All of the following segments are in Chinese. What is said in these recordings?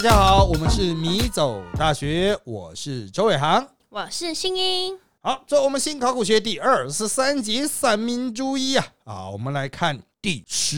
家好，我们是米走大学，我是周伟航， 我是新英。 好，这我们新考古学第23节三民主义啊，我们来看第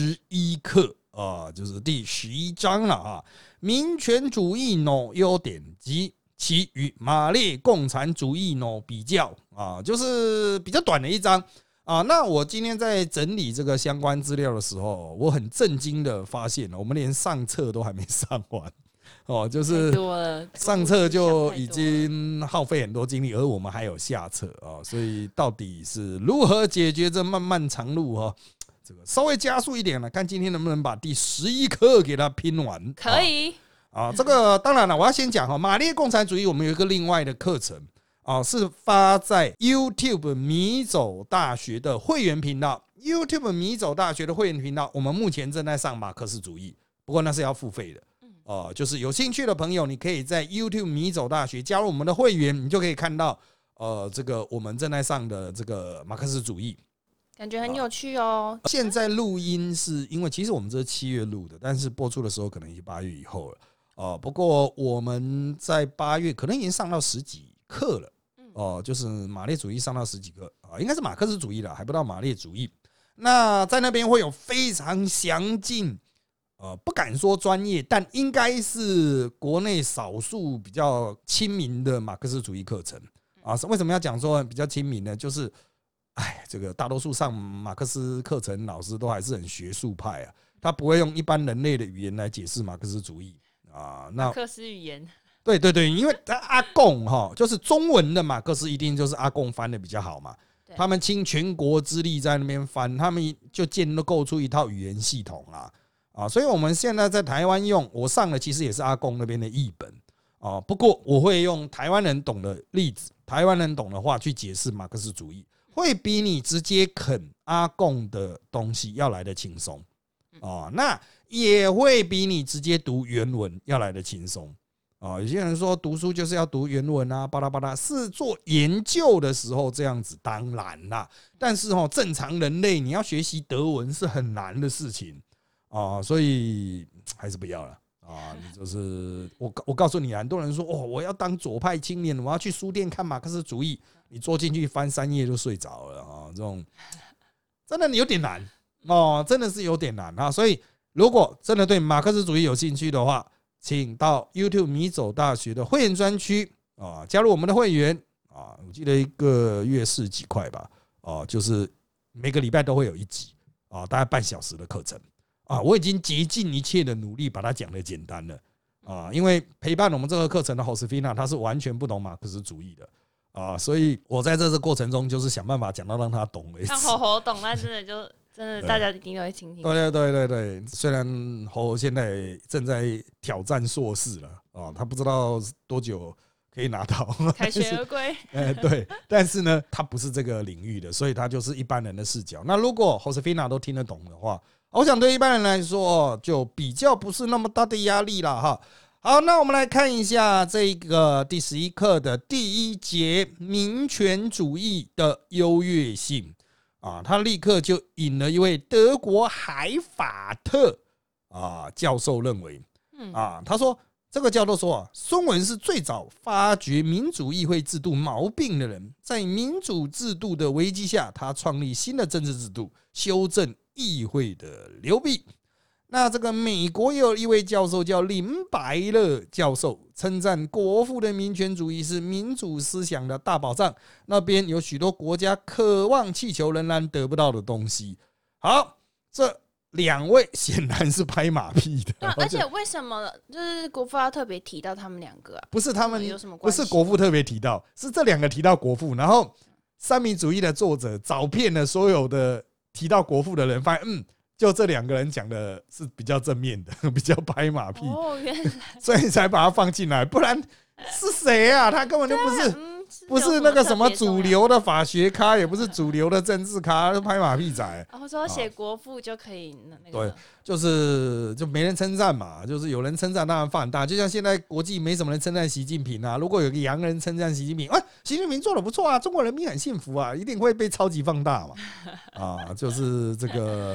11课就是第11章了啊。民权主义的优点及其与马列共产主义的比较啊，就是比较短的一章啊。那我今天在整理这个相关资料的时候，我很震惊的发现，我们连上册都还没上完。就是上册就已经耗费很多精力，而我们还有下册所以到底是如何解决这漫漫长路这个稍微加速一点了，看今天能不能把第11课给它拼完。 可以这个当然了，我要先讲马列共产主义，我们有一个另外的课程是发在 YouTube 米走大学的会员频道。YouTube 米走大学的会员频道，我们目前正在上马克思主义，不过那是要付费的。就是有兴趣的朋友，你可以在 YouTube 米走大学加入我们的会员，你就可以看到这个我们正在上的这个马克思主义， 感觉很有趣哦。 现在录音是因为其实我们这是7月录的，但是播出的时候可能已经8月以后了不过我们在8月可能已经上到10几课了就是马列主义上到10几课应该是马克思主义了，还不到马列主义。那在那边会有非常详尽不敢说专业，但应该是国内少数比较亲民的马克思主义课程为什么要讲说比较亲民呢？就是这个大多数上马克思课程老师都还是很学术派他不会用一般人类的语言来解释马克思主义马克思语言， 对，因为阿共就是中文的马克思一定就是阿共翻的比较好嘛，他们倾全国之力在那边翻，他们就建构出一套语言系统所以我们现在在台湾用，我上的其实也是阿共那边的译本不过我会用台湾人懂的例子，台湾人懂的话去解释马克思主义，会比你直接啃阿共的东西要来的轻松那也会比你直接读原文要来的轻松有些人说读书就是要读原文巴拉巴拉，是做研究的时候这样子，当然啦，但是正常人类你要学习德文是很难的事情所以还是不要了就是我告诉你很多人说我要当左派青年，我要去书店看马克思主义，你坐进去翻3页就睡着了这种真的有点难真的是有点难所以如果真的对马克思主义有兴趣的话，请到 YouTube 米走大学的会员专区加入我们的会员我记得1个月是几块吧就是每个礼拜都会有1集大概半小时的课程我已经竭尽一切的努力把它讲得简单了因为陪伴我们这个课程的 Josefina 她是完全不懂马克思主义的所以我在这个过程中就是想办法讲到让她懂为止。 让猴猴懂，那真的大家一定都会听听。 对，虽然猴猴现在正在挑战硕士了他不知道多久可以拿到凯旋而归对，但是呢他不是这个领域的，所以他就是一般人的视角。那如果 Josefina 都听得懂的话，我想对一般人来说就比较不是那么大的压力了好，那我们来看一下这个第11课的第1节民权主义的优越性他立刻就引了一位德国海法特教授认为他说这个教授说孙文是最早发掘民主议会制度毛病的人，在民主制度的危机下，他创立新的政治制度，修正议会的流弊。那这个美国也有一位教授叫林白勒教授，称赞国父的民权主义是民主思想的大宝藏，那边有许多国家渴望气球仍然得不到的东西。好，这2位显然是拍马屁的。 对而且为什么就是国父要特别提到他们2个不是他们有什么关系？ 不是国父特别提到，是这2个提到国父，然后三民主义的作者找遍了所有的提到国父的人，发现就这2个人讲的是比较正面的，比较拍马屁原来所以才把他放进来，不然是谁他根本就不是那个什么主流的法学咖，也不是主流的政治咖，就拍马屁仔。 然后说写国父就可以那个， 对，就没人称赞嘛，就是有人称赞当然放很大，就像现在国际没什么人称赞习近平如果有个洋人称赞习近平，习近平做得不错中国人民很幸福一定会被超级放大嘛就是这个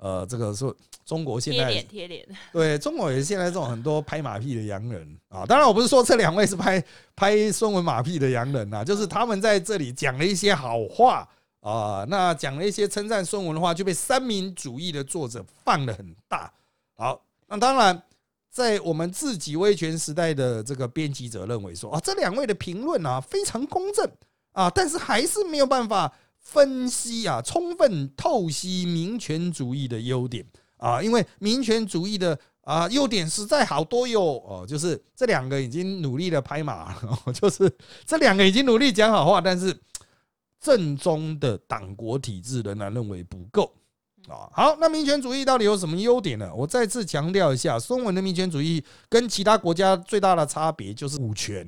这个说中国现在贴脸， 对中国也是现在这种很多拍马屁的洋人啊。当然我不是说这2位是拍孙文马屁的洋人啊，就是他们在这里讲了一些好话啊，那讲了一些称赞孙文的话，就被三民主义的作者放得很大。好，那当然在我们自己威权时代的这个编辑者认为说这2位的评论啊非常公正啊，但是还是没有办法分析充分透析民权主义的优点啊，因为民权主义的优点实在好多哟就是这2个已经努力的拍马了，就是这2个已经努力讲好话，但是正宗的党国体制仍然认为不够好，那民权主义到底有什么优点呢？我再次强调一下，孙文的民权主义跟其他国家最大的差别就是五权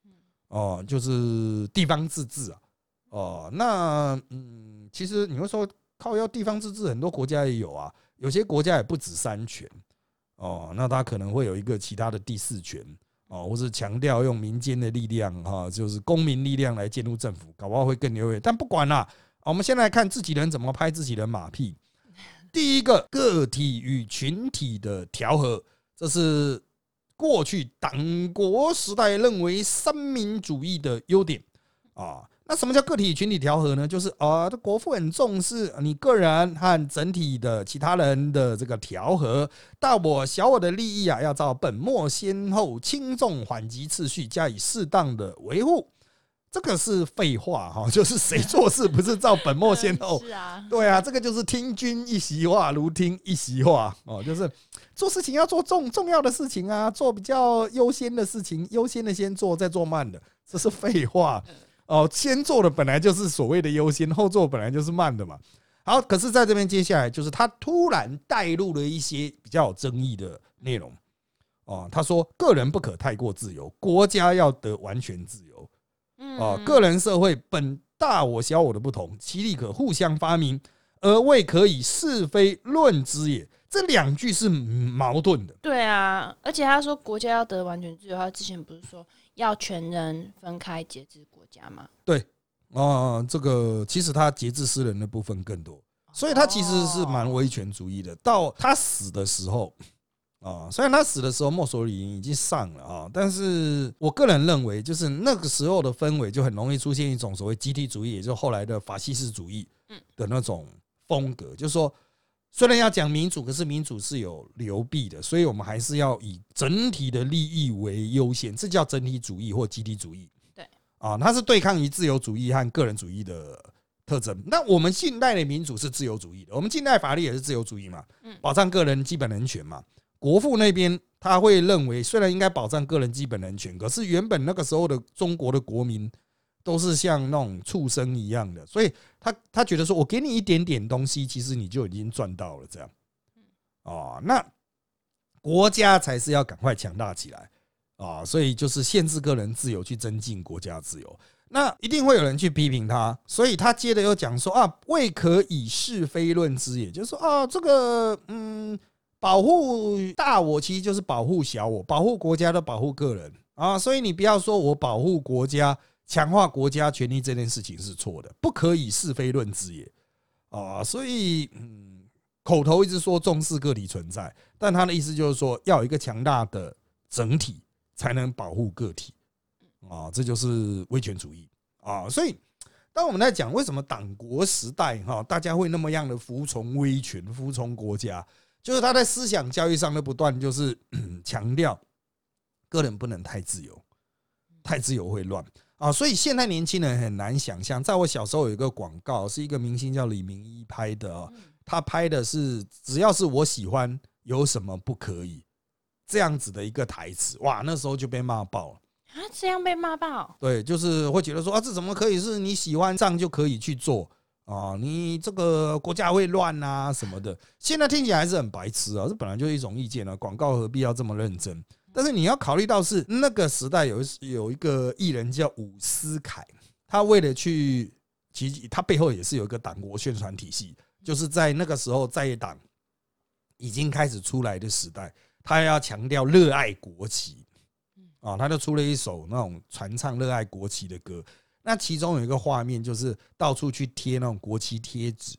就是地方自治那其实你会说靠要地方自治，很多国家也有有些国家也不止3权那它可能会有一个其他的第4权或是强调用民间的力量就是公民力量来监督政府，搞不好会更优越。但不管啦，我们先来看自己人怎么拍自己人马屁。第一个，个体与群体的调和，这是过去党国时代认为三民主义的优点那什么叫个体与群体调和呢？就是国父很重视你个人和整体的其他人的这个调和，大我小我的利益要照本末先后、轻重缓急次序加以适当的维护。这个是废话就是谁做事不是照本末先后？ 是啊， 对啊，这个就是听君一席话，如听一席话就是做事情要做重要的事情做比较优先的事情，优先的先做，再做慢的，这是废话先做的本来就是所谓的优先，后做本来就是慢的嘛。好，可是在这边接下来就是他突然带入了一些比较有争议的内容他说个人不可太过自由，国家要得完全自由个人社会本大我小我的不同，其理可互相发明，而未可以是非论之也。这2句是矛盾的。 对啊，而且他说国家要得完全自由，他之前不是说要全人分开节制国家吗？ 对这个其实他节制私人的部分更多，所以他其实是蛮威权主义的。到他死的时候虽然他死的时候墨索里尼已经上了但是我个人认为，就是那个时候的氛围就很容易出现一种所谓集体主义，也就是后来的法西斯主义的那种风格，就是说虽然要讲民主，可是民主是有流弊的，所以我们还是要以整体的利益为优先，这叫整体主义或集体主义。 对它是对抗于自由主义和个人主义的特征。那我们近代的民主是自由主义的，我们近代法律也是自由主义嘛，保障个人基本人权嘛。国父那边他会认为，虽然应该保障个人基本人权，可是原本那个时候的中国的国民都是像那种畜生一样的，所以他觉得说，我给你一点点东西，其实你就已经赚到了，这样那国家才是要赶快强大起来所以就是限制个人自由，去增进国家自由。那一定会有人去批评他，所以他接着又讲说未可以是非论之也，就是说这个保护大我其实就是保护小我，保护国家的保护个人所以你不要说我保护国家、强化国家权力这件事情是错的，不可以是非论之也所以口头一直说重视个体存在，但他的意思就是说要有一个强大的整体才能保护个体这就是威权主义所以当我们在讲为什么党国时代大家会那么样的服从威权、服从国家，就是他在思想教育上的不断就是强调个人不能太自由，太自由会乱所以现在年轻人很难想象。在我小时候有一个广告，是一个明星叫李明一拍的他拍的是只要是我喜欢，有什么不可以，这样子的一个台词。哇，那时候就被骂爆了这样被骂爆？对， 就是会觉得说这怎么可以是你喜欢上就可以去做你这个国家会乱什么的。现在听起来还是很白痴这本来就是一种意见广告何必要这么认真？但是你要考虑到是那个时代有一个艺人叫伍思凯，他为了去，其实他背后也是有一个党国宣传体系，就是在那个时候在野党已经开始出来的时代，他要强调热爱国旗他就出了一首那种传唱热爱国旗的歌。那其中有一个画面就是到处去贴那种国旗贴纸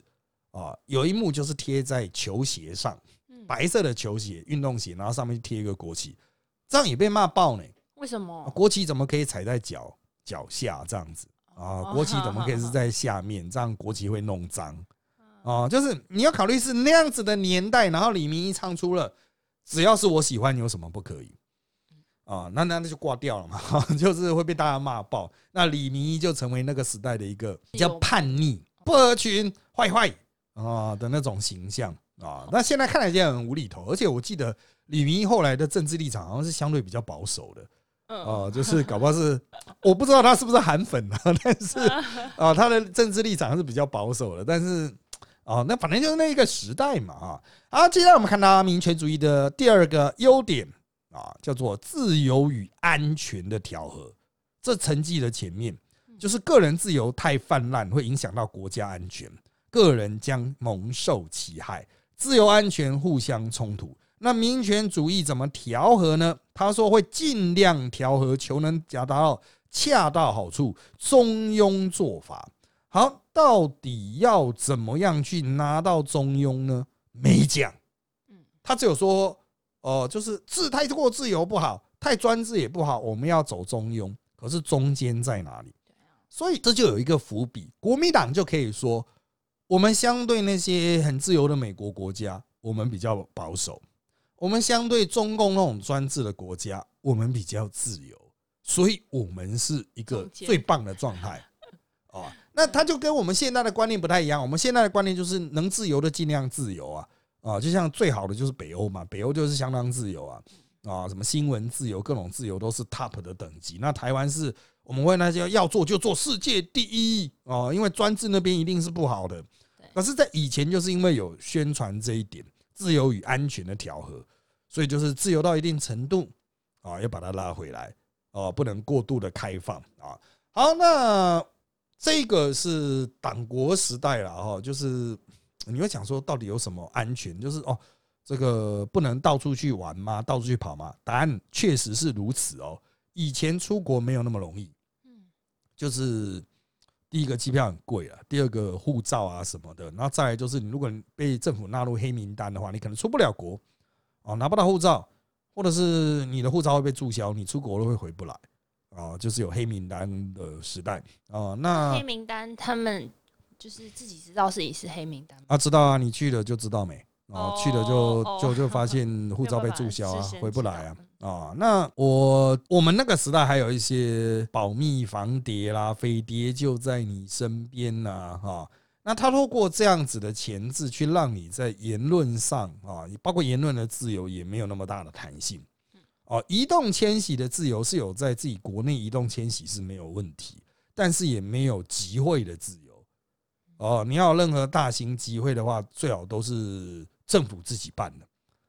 有一幕就是贴在球鞋上，白色的球鞋运动鞋，然后上面贴一个国旗，这样也被骂爆呢。 为什么国旗怎么可以踩在脚下这样子国旗怎么可以是在下面？这样国旗会弄脏就是你要考虑是那样子的年代，然后李明一唱出了只要是我喜欢有什么不可以那就挂掉了嘛就是会被大家骂爆。那李明一就成为那个时代的一个比较叛逆、不合群、坏的那种形象那现在看来就很无厘头，而且我记得李明一后来的政治立场好像是相对比较保守的。就是搞不好是我不知道他是不是韩粉但是他的政治立场是比较保守的，但是那反正就是那一个时代嘛好，接下来我们看到民权主义的第二个优点叫做自由与安全的调和。这承继的前面，就是个人自由太泛滥会影响到国家安全，个人将蒙受其害，自由安全互相冲突。那民权主义怎么调和呢？他说会尽量调和，求能达到恰到好处、中庸做法。好，到底要怎么样去拿到中庸呢？没讲，他只有说，就是太过自由不好，太专制也不好，我们要走中庸。可是中间在哪里？所以这就有一个伏笔，国民党就可以说，我们相对那些很自由的美国国家，我们比较保守。我们相对中共那种专制的国家，我们比较自由，所以我们是一个最棒的状态那它就跟我们现在的观念不太一样。我们现在的观念就是能自由的尽量自由就像最好的就是北欧嘛，北欧就是相当自由什么新闻自由、各种自由都是 top 的等级。那台湾是我们会那些要做就做世界第一因为专制那边一定是不好的。可是，在以前就是因为有宣传这一点。自由与安全的调和，所以就是自由到一定程度要把它拉回来不能过度的开放好，那这个是党国时代了就是你会想说到底有什么安全？就是这个不能到处去玩吗？到处去跑吗？答案确实是如此以前出国没有那么容易，就是第一个机票很贵了，第二个护照什么的，然后再来就是你如果被政府纳入黑名单的话，你可能出不了国拿不到护照，或者是你的护照会被注销，你出国了会回不来就是有黑名单的时代那黑名单他们就是自己知道自己是黑名单吗？ 知道你去了就知道没去了就发现护照被注销回不来那我们那个时代还有一些保密防谍啦，飞碟就在你身边那他透过这样子的前置去让你在言论上包括言论的自由也没有那么大的弹性移动迁徙的自由是有在自己国内移动迁徙是没有问题，但是也没有集会的自由你要有任何大型集会的话，最好都是政府自己办的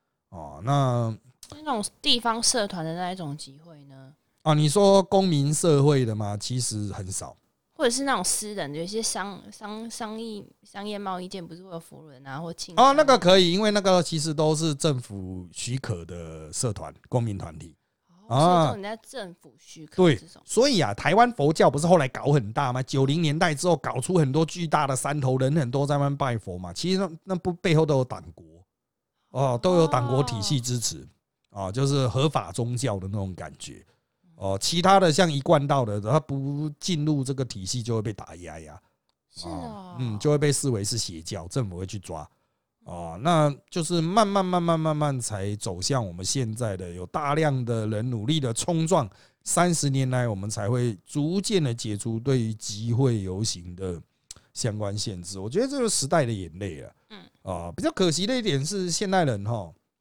那种地方社团的那一种集会呢你说公民社会的吗？其实很少， 或者是那种私人的，有些商业贸易界不是会有扶轮或庆那个可以，因为那个其实都是政府许可的社团、公民团体所以人家政府许可对，所以台湾佛教不是后来搞很大吗？90年代之后搞出很多巨大的山头，人很多在那边拜佛嘛。其实那不背后都有党国都有党国体系支持就是合法宗教的那种感觉其他的像一贯道的，他不进入这个体系就会被打压就会被视为是邪教，政府会去抓那就是慢慢才走向我们现在的有大量的人努力的冲撞，30年来我们才会逐渐的解除对于集会游行的相关限制。我觉得这个时代的眼泪了比较可惜的一点是现代人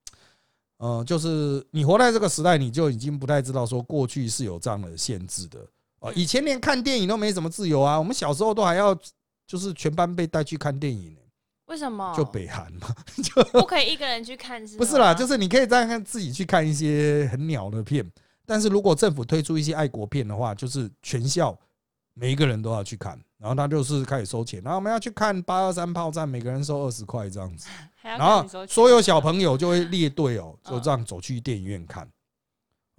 就是你活在这个时代，你就已经不太知道说过去是有这样的限制的以前连看电影都没什么自由我们小时候都还要就是全班被带去看电影为什么？ 就北韩嘛， 不可以一个人去看是吗？ 不是啦，就是你可以这样自己去看一些很鸟的片，但是如果政府推出一些爱国片的话，就是全校每一个人都要去看，然后他就是开始收钱，然后我们要去看823炮战，每个人收20块这样子，然后所有小朋友就会列队就这样走去电影院看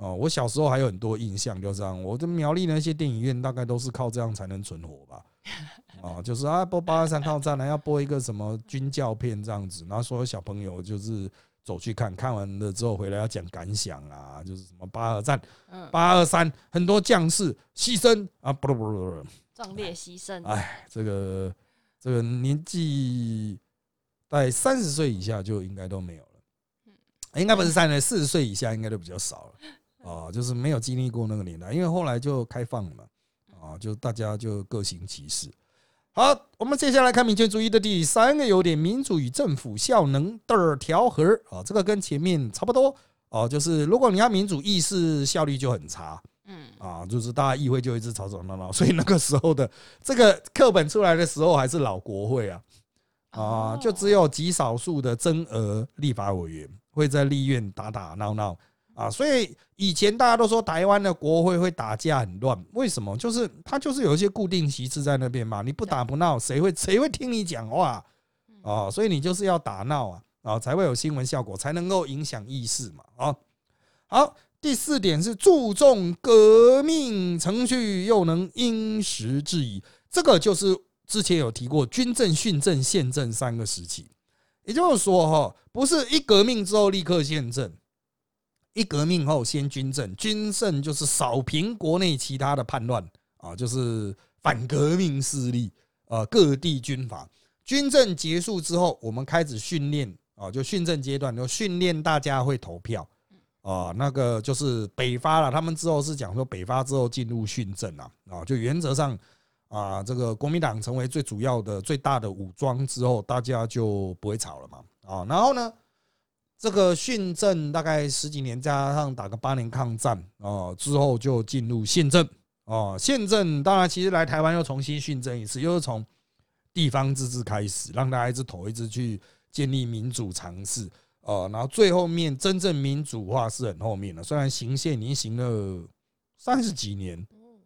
我小时候还有很多印象，就这样。我这苗栗那些电影院大概都是靠这样才能存活吧。就是播823抗战要播一个什么军教片这样子，然后所有小朋友就是走去看，看完了之后回来要讲感想啊，就是什么8·2战、8·23，很多将士牺牲啊，不， 壮烈牺牲。 这个年纪大概30岁以下就应该都没有了，应该不是40岁以下应该都比较少了就是没有经历过那个年代，因为后来就开放了嘛。就大家就各行其事。好，我们接下来看民权主义的第3个优点：民主与政府效能的调和。这个跟前面差不多就是如果你要民主，议事效率就很差。就是大家议会就一直吵吵闹闹，所以那个时候的这个课本出来的时候还是老国会就只有极少数的增额立法委员会在立院打打闹闹。所以以前大家都说台湾的国会会打架很乱，为什么？就是它就是有一些固定席次在那边嘛，你不打不闹，谁会听你讲话所以你就是要打闹才会有新闻效果，才能够影响议事嘛好，第4点是注重革命程序，又能因时制宜。这个就是之前有提过军政、训政、宪政3个时期，也就是说不是一革命之后立刻宪政。一革命后先军政，军政就是扫平国内其他的叛乱就是反革命势力各地军阀。军政结束之后，我们开始训练就训政阶段，就训练大家会投票那个就是北伐了。他们之后是讲说北伐之后进入训政就原则上这个国民党成为最主要的、最大的武装之后，大家就不会吵了嘛然后呢？这个训政大概10几年，加上打个8年抗战之后就进入宪政宪政当然其实来台湾又重新训政一次，又是从地方自治开始，让大家一直投，一直去建立民主尝试然后最后面真正民主化是很后面的，虽然行宪已经行了30几年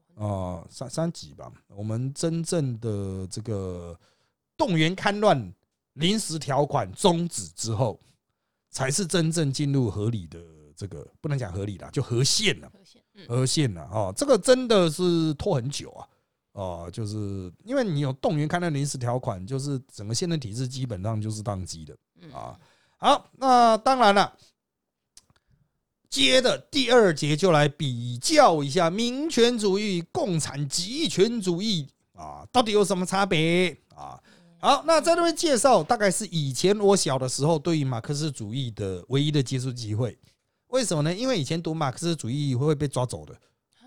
30几吧，我们真正的这个动员戡乱临时条款终止之后，才是真正进入合理的这个，不能讲合理啦，就合宪了。合宪了这个真的是拖很久就是因为你有动员戡乱临时条款，就是整个宪政体制基本上就是宕机的好，那当然了，接的第2节就来比较一下民权主义、共产极权主义到底有什么差别好，那在这边介绍大概是以前我小的时候对于马克思主义的唯一的接触机会。为什么呢？因为以前读马克思主义会被抓走的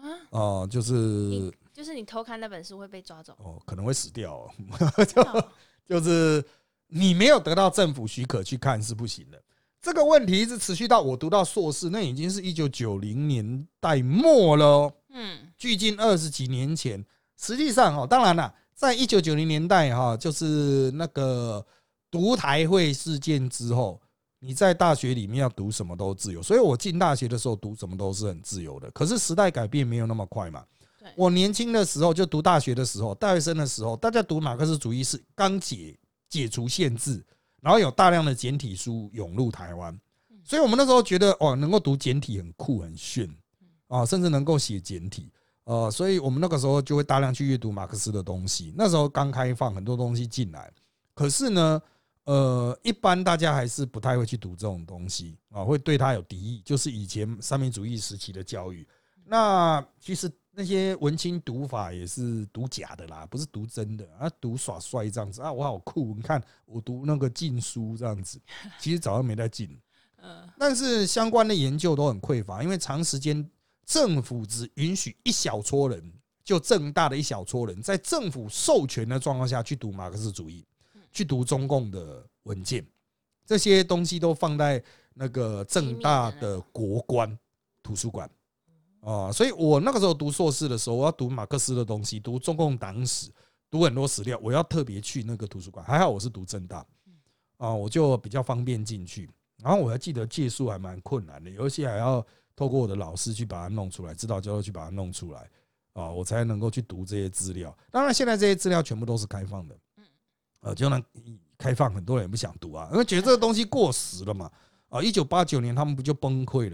就是你偷看那本书会被抓走可能会死掉就是你没有得到政府许可去看是不行的。这个问题一直持续到我读到硕士，那已经是1990年代末了距今20几年前。实际上当然了，在1990年代就是那个独台会事件之后，你在大学里面要读什么都自由，所以我进大学的时候读什么都是很自由的。可是时代改变没有那么快嘛。我年轻的时候就读大学的时候，大学生的时候，大家读马克思主义是刚解除限制，然后有大量的简体书涌入台湾，所以我们那时候觉得能够读简体很酷很炫甚至能够写简体所以我们那个时候就会大量去阅读马克思的东西。那时候刚开放，很多东西进来，可是呢一般大家还是不太会去读这种东西会对他有敌意，就是以前三民主义时期的教育。那其实那些文青读法也是读假的啦，不是读真的读耍帅这样子我好酷，你看我读那个禁书这样子，其实早就没在禁但是相关的研究都很匮乏，因为长时间政府只允许一小撮人，就政大的一小撮人，在政府授权的状况下去读马克思主义，去读中共的文件，这些东西都放在那个政大的国关图书馆所以我那个时候读硕士的时候，我要读马克思的东西，读中共党史，读很多史料，我要特别去那个图书馆。还好我是读政大我就比较方便进去。然后我还记得借书还蛮困难的，有一些还要透过我的老师去把它弄出来，指导教授去把它弄出来我才能够去读这些资料。当然现在这些资料全部都是开放的就能开放，很多人也不想读因为觉得这个东西过时了嘛1989年他们不就崩溃了嘛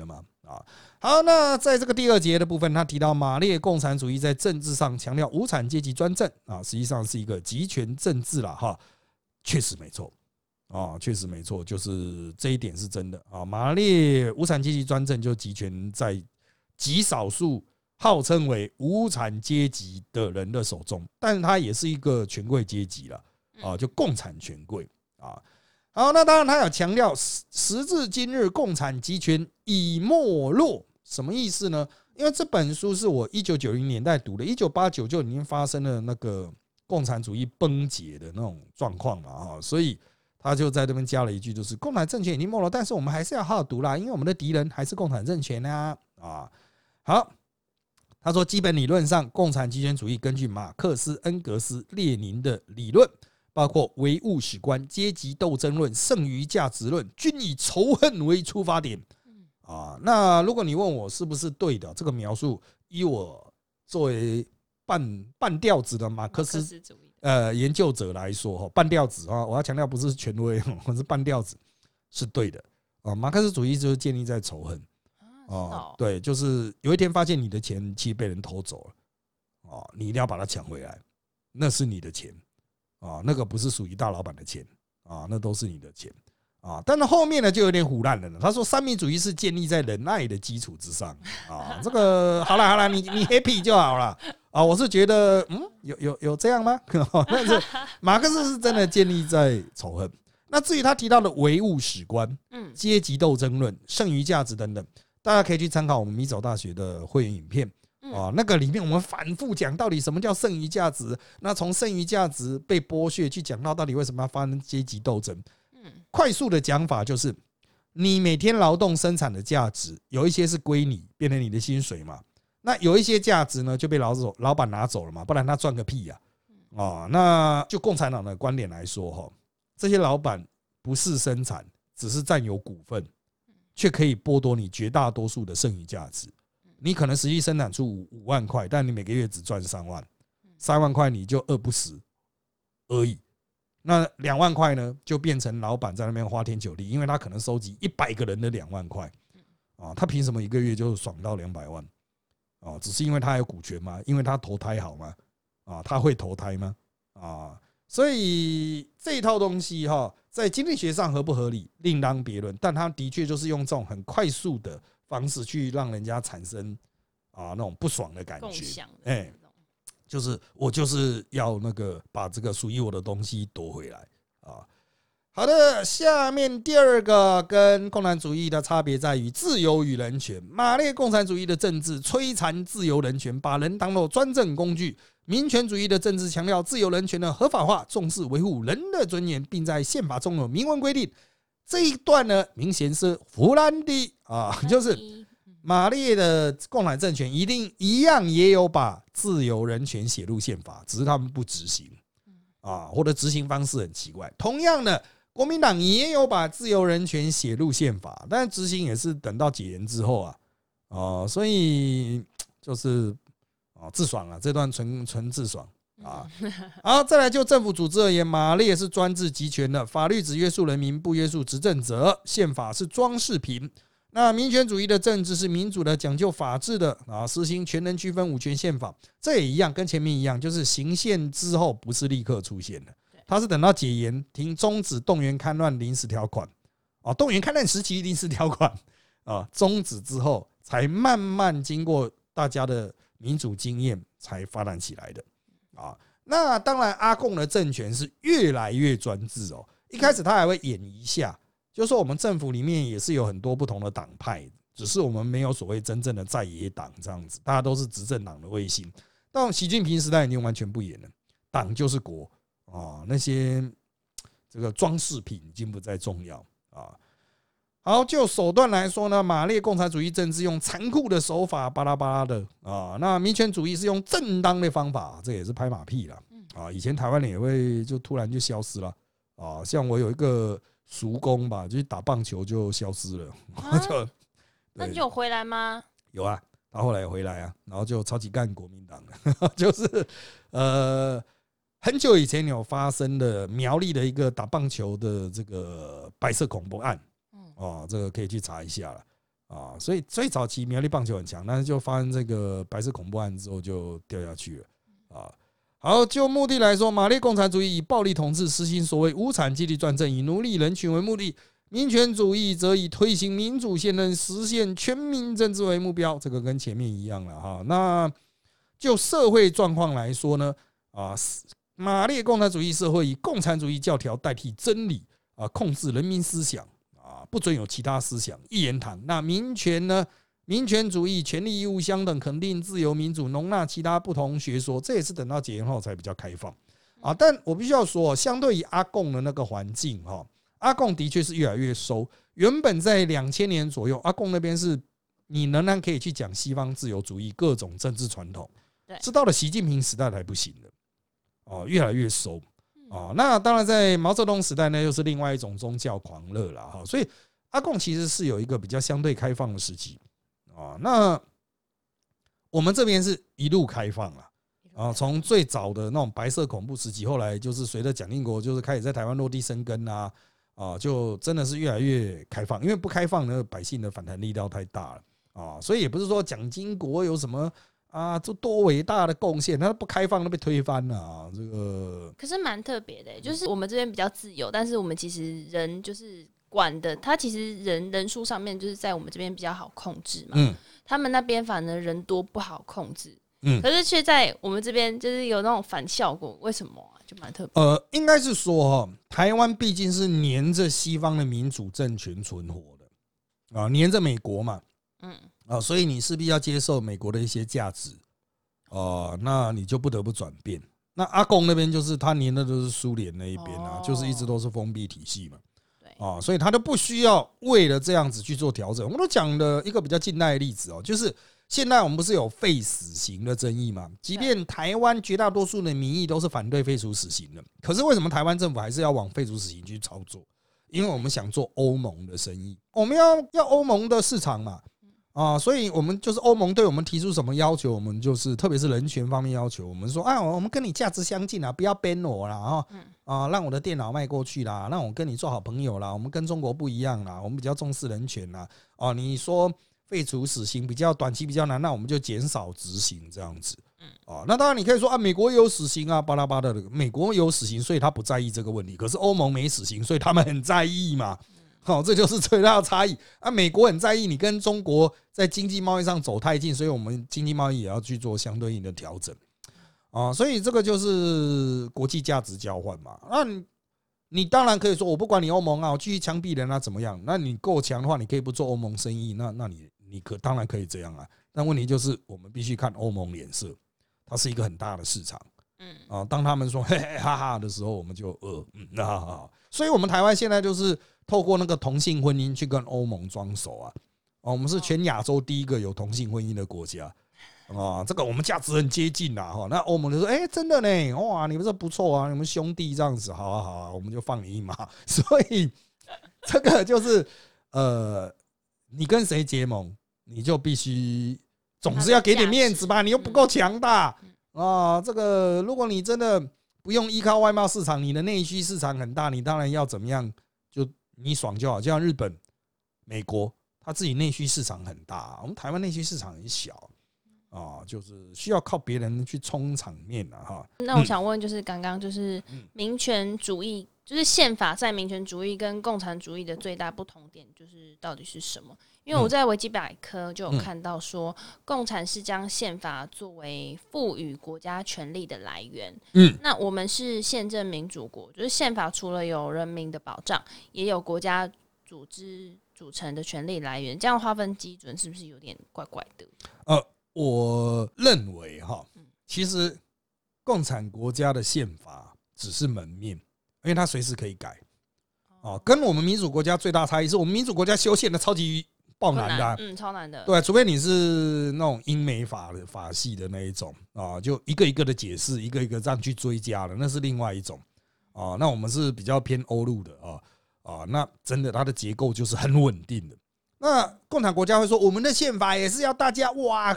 好，那在这个第二节的部分，他提到马列共产主义在政治上强调无产阶级专政实际上是一个集权政治啦哈，确实没错确实没错，就是这一点是真的马列无产阶级专政就集权在极少数号称为无产阶级的人的手中，但是他也是一个权贵阶级了就共产权贵好，那当然他有强调时至今日共产集权已没落，什么意思呢？因为这本书是我1990年代读的，1989就已经发生了那个共产主义崩解的那种状况嘛所以他就在这边加了一句，就是共产政权已经没落，但是我们还是要好好读啦，因为我们的敌人还是共产政权好，他说基本理论上，共产极权主义根据马克思、恩格斯、列宁的理论，包括唯物史观、阶级斗争论、剩余价值论，均以仇恨为出发点那如果你问我是不是对的，这个描述以我作为半吊子的马克思主义研究者来说半吊子我要强调不是权威我是半吊子是对的马克思主义就是建立在仇恨对，就是有一天发现你的钱其实被人偷走了你一定要把它抢回来，那是你的钱那个不是属于大老板的钱那都是你的钱但是后面呢就有点唬烂了。他说三民主义是建立在仁爱的基础之上这个好了，你 happy 就好了我是觉得有这样吗？但是马克思是真的建立在仇恨。那至于他提到的唯物史观、阶级斗争论、剩余价值等等，大家可以去参考我们米走大学的会员影片那个里面我们反复讲到底什么叫剩余价值，那从剩余价值被剥削去讲到底为什么要发生阶级斗争。快速的讲法就是，你每天劳动生产的价值有一些是归你，变成你的薪水嘛，那有一些价值呢就被老板拿走了嘛，不然他赚个屁那就共产党的观点来说这些老板不是生产，只是占有股份，却可以剥夺你绝大多数的剩余价值。你可能实际生产出5万块，但你每个月只赚3万，3万块你就饿不死而已。那2万块呢，就变成老板在那边花天酒地，因为他可能收集100个人的2万块他凭什么一个月就爽到200万只是因为他有股权吗？因为他投胎好吗？他会投胎吗？所以这一套东西在经济学上合不合理另当别论，但他的确就是用这种很快速的方式去让人家产生那种不爽的感觉，就是我就是要那个把这个属于我的东西夺回来好的，下面第二个跟共产主义的差别在于自由与人权。马列共产主义的政治摧残自由人权，把人当作专政工具；民权主义的政治强调自由人权的合法化，重视维护人的尊严，并在宪法中有明文规定。这一段呢，明显是弗兰迪就是马列的共产政权一样也有把自由人权写入宪法，只是他们不执行或者执行方式很奇怪。同样的，国民党也有把自由人权写入宪法，但执行也是等到解严之后所以就是自爽这段纯自爽好，再来就政府组织而言，马列是专制集权的，法律只约束人民，不约束执政者，宪法是装饰品。那民权主义的政治是民主的，讲究法治的实行全人区分5权宪法，这也一样，跟前面一样，就是行宪之后不是立刻出现的，它是等到解严停终止动员戡乱临时条款动员戡乱时期临时条款终止之后，才慢慢经过大家的民主经验才发展起来的那当然，阿共的政权是越来越专制一开始他还会演一下。就是说我们政府里面也是有很多不同的党派，只是我们没有所谓真正的在野党这样子，大家都是执政党的卫星。到习近平时代已经完全不演了，党就是国那些这个装饰品已经不再重要好，就手段来说呢，马列共产主义政治用残酷的手法巴拉巴拉的那民权主义是用正当的方法，这也是拍马屁了以前台湾人也会就突然就消失了像我有一个叔公吧，就打棒球就消失了那你有回来吗？ 有啊，他后来也回来然后就超级干国民党了就是很久以前有发生的苗栗的一个打棒球的这个白色恐怖案这个可以去查一下了所以最早期苗栗棒球很强，但是就发生这个白色恐怖案之后就掉下去了。好，就目的来说，马列共产主义以暴力统治实行所谓无产阶级专政，以奴隶人群为目的；民权主义则以推行民主宪政、实现全民政治为目标。这个跟前面一样了哈。那就社会状况来说呢，马列共产主义社会以共产主义教条代替真理控制人民思想不准有其他思想一言堂。那民权呢？民权主义权利义务相等，肯定自由民主，容纳其他不同学说，这也是等到解严后才比较开放但我必须要说，相对于阿共的那个环境阿共的确是越来越收。原本在2000年左右，阿共那边是你仍然可以去讲西方自由主义各种政治传统，是到了习近平时代才不行了越来越收那当然在毛泽东时代呢，又是另外一种宗教狂热了所以阿共其实是有一个比较相对开放的时期那我们这边是一路开放了从最早的那种白色恐怖时期，后来就是随着蒋经国就是开始在台湾落地生根就真的是越来越开放。因为不开放呢，百姓的反弹力道太大了所以也不是说蒋经国有什么就多伟大的贡献，他不开放都被推翻了这个可是蛮特别的就是我们这边比较自由，但是我们其实人就是管的，他其实人数上面就是在我们这边比较好控制嘛他们那边反而人多不好控制可是却在我们这边就是有那种反效果，为什么就蛮特别应该是说台湾毕竟是黏着西方的民主政权存活的黏着美国嘛所以你势必要接受美国的一些价值那你就不得不转变。那阿共那边就是他黏的都是苏联那一边就是一直都是封闭体系嘛所以他都不需要为了这样子去做调整。我们都讲了一个比较近代的例子就是现在我们不是有废死刑的争议吗？即便台湾绝大多数的民意都是反对废除死刑的，可是为什么台湾政府还是要往废除死刑去操作？因为我们想做欧盟的生意，我们要欧盟的市场嘛所以我们就是欧盟对我们提出什么要求，我们就是特别是人权方面要求，我们说我们跟你价值相近不要 ban 我啦让我的电脑卖过去啦，让我跟你做好朋友啦，我们跟中国不一样啦，我们比较重视人权啦你说废除死刑比较短期比较难，那我们就减少执行这样子那当然你可以说美国有死刑巴拉巴拉的，美国有死刑，所以他不在意这个问题，可是欧盟没死刑，所以他们很在意嘛这就是最大的差异美国很在意你跟中国在经济贸易上走太近，所以我们经济贸易也要去做相对应的调整所以这个就是国际价值交换嘛。那你当然可以说我不管你欧盟我继续枪毙人怎么样？那你够强的话，你可以不做欧盟生意，那你当然可以这样但问题就是我们必须看欧盟脸色，它是一个很大的市场当他们说嘿嘿哈哈的时候，我们就所以我们台湾现在就是透过那个同性婚姻去跟欧盟装熟我们是全亚洲第一个有同性婚姻的国家这个我们价值很接近那欧盟就说真的呢哇你们这不错你们兄弟这样子好我们就放你一马。所以这个就是你跟谁结盟，你就必须总是要给点面子吧，你又不够强大这个如果你真的不用依靠外贸市场，你的内需市场很大，你当然要怎么样就你爽就好。就像日本、美国，他自己内需市场很大我们台湾内需市场很小就是需要靠别人去冲场面那我想问，就是刚刚就是民权主义，就是宪法在民权主义跟共产主义的最大不同点，就是到底是什么？因为我在维基百科就有看到说，共产是将宪法作为赋予国家权力的来源。那我们是宪政民主国，就是宪法除了有人民的保障，也有国家组织组成的权力来源。这样划分基准是不是有点怪怪的？ 我认为其实共产国家的宪法只是门面，因为它随时可以改跟我们民主国家最大差异是我们民主国家修宪的超级爆难的超难的对，除非你是那种英美法的法系的那一种就一个一个的解释，一个一个这样去追加的，那是另外一种那我们是比较偏欧陆的那真的它的结构就是很稳定的。那共产国家会说我们的宪法也是要大家哇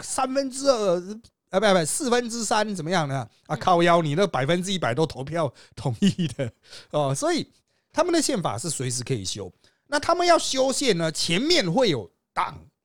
2/3不3/4怎么样呢靠腰你那100%都投票同意的所以他们的宪法是随时可以修。那他们要修宪呢，前面会有党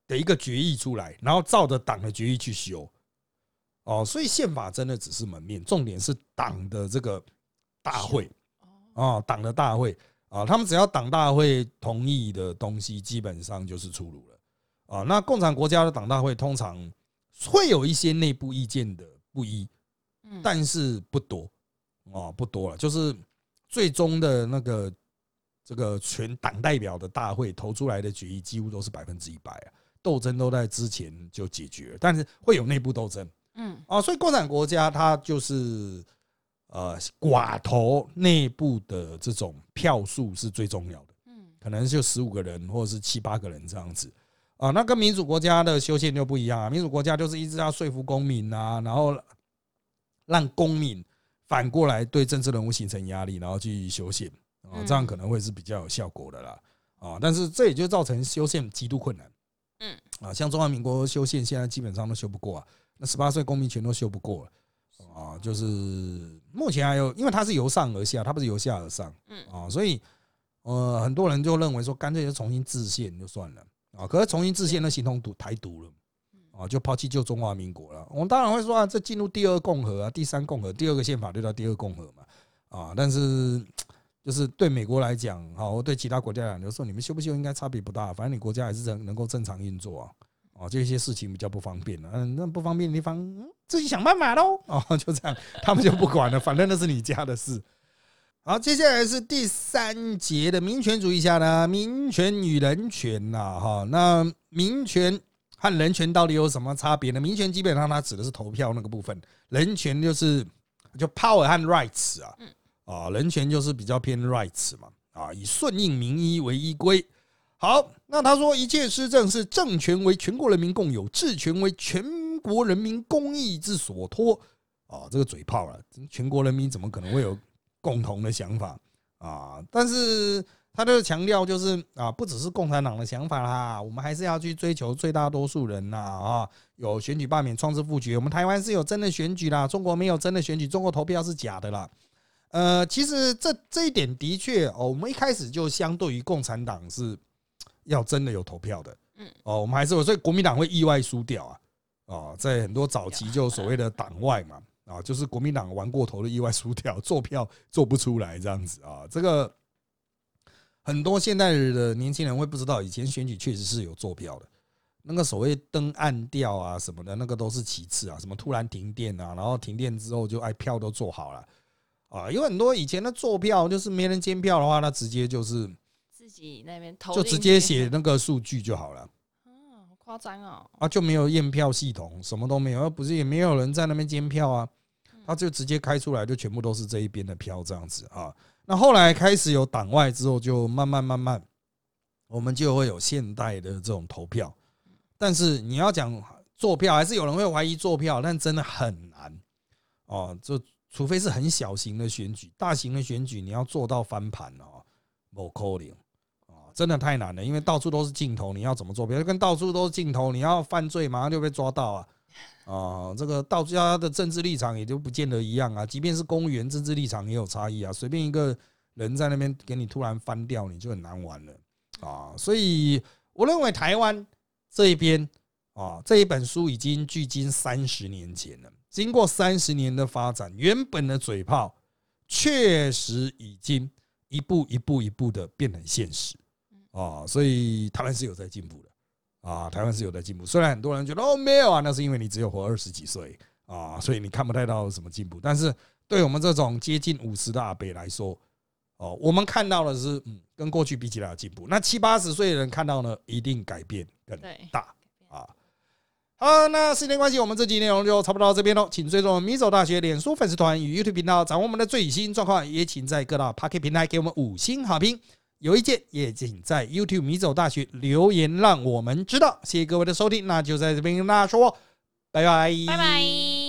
的一个决议出来，然后照着党的决议去修。所以宪法真的只是门面，重点是党的这个大会党的大会他们只要党大会同意的东西，基本上就是出炉了那共产国家的党大会通常会有一些内部意见的不一，但是不多不多了，就是最终的那个这个全党代表的大会投出来的决议，几乎都是100%斗争都在之前就解决了，但是会有内部斗争。所以共产国家它就是寡头内部的这种票数是最重要的，可能就15个人或者是7、8个人这样子那跟民主国家的修宪就不一样民主国家就是一直要说服公民然后让公民反过来对政治人物形成压力，然后去修宪这样可能会是比较有效果的啦但是这也就造成修宪极度困难像中华民国修宪现在基本上都修不过那18岁公民权都修不过了就是目前还有，因为它是由上而下，它不是由下而上所以很多人就认为说干脆就重新制宪就算了可是重新制宪那形同台独了就抛弃旧中华民国了。我们当然会说这进入第2共和第3共和，第2个宪法就叫第2共和嘛但是就是对美国来讲或对其他国家来讲，就说你们修不修应该差别不大，反正你国家还是能够正常运作这些事情比较不方便那不方便的地方自己想办法咯就这样，他们就不管了，反正那是你家的事。好，接下来是第3节的民权主义下呢，民权与人权那民权和人权到底有什么差别呢？民权基本上它指的是投票那个部分，人权就 power 和 rights 人权就是比较偏 rights 嘛以顺应民意为依归。好，那他说一切施政是政权为全国人民共有，治权为全国人民公益之所托这个嘴炮了，全国人民怎么可能会有共同的想法但是他就强调就是不只是共产党的想法啦，我们还是要去追求最大多数人有选举罢免创制复决，我们台湾是有真的选举啦，中国没有真的选举，中国投票是假的啦。其实这一点的确我们一开始就相对于共产党是要真的有投票的我们还是有，所以国民党会意外输掉在很多早期就所谓的党外嘛就是国民党玩过头的意外输掉，做票做不出来这样子这个很多现代的年轻人会不知道，以前选举确实是有做票的，那个所谓灯暗掉什么的，那个都是其次什么突然停电然后停电之后就票都做好了有很多以前的做票就是没人监票的话，那直接就是自己那边投就直接写那个数据就好了好夸张就没有验票系统，什么都没有，不是也没有人在那边监票他就直接开出来，就全部都是这一边的票这样子那后来开始有党外之后，就慢慢我们就会有现代的这种投票，但是你要讲做票，还是有人会怀疑做票，但真的很难就除非是很小型的选举，大型的选举你要做到翻盘不可能真的太难了，因为到处都是镜头，你要怎么做票？跟到处都是镜头，你要犯罪马上就被抓到这个到处他的政治立场也就不见得一样即便是公务员政治立场也有差异随便一个人在那边给你突然翻掉，你就很难玩了所以我认为台湾这一边这一本书已经距今30年前了，经过30年的发展，原本的嘴炮确实已经一步的变成现实所以台湾是有在进步的台湾是有在进步。虽然很多人觉得没有那是因为你只有活20几岁所以你看不太到什么进步。但是对我们这种接近50的阿伯来说我们看到的是跟过去比起来的进步。那70、80岁的人看到呢，一定改变更大好，那时间关系，我们这集内容就差不多到这边咯。请追踪米走大学脸书粉丝团与 YouTube 频道，掌握我们的最新状况。也请在各大 Podcast 平台给我们5星好评。有意见也请在 YouTube 米走大学留言让我们知道。谢谢各位的收听，那就在这边跟大家说拜拜。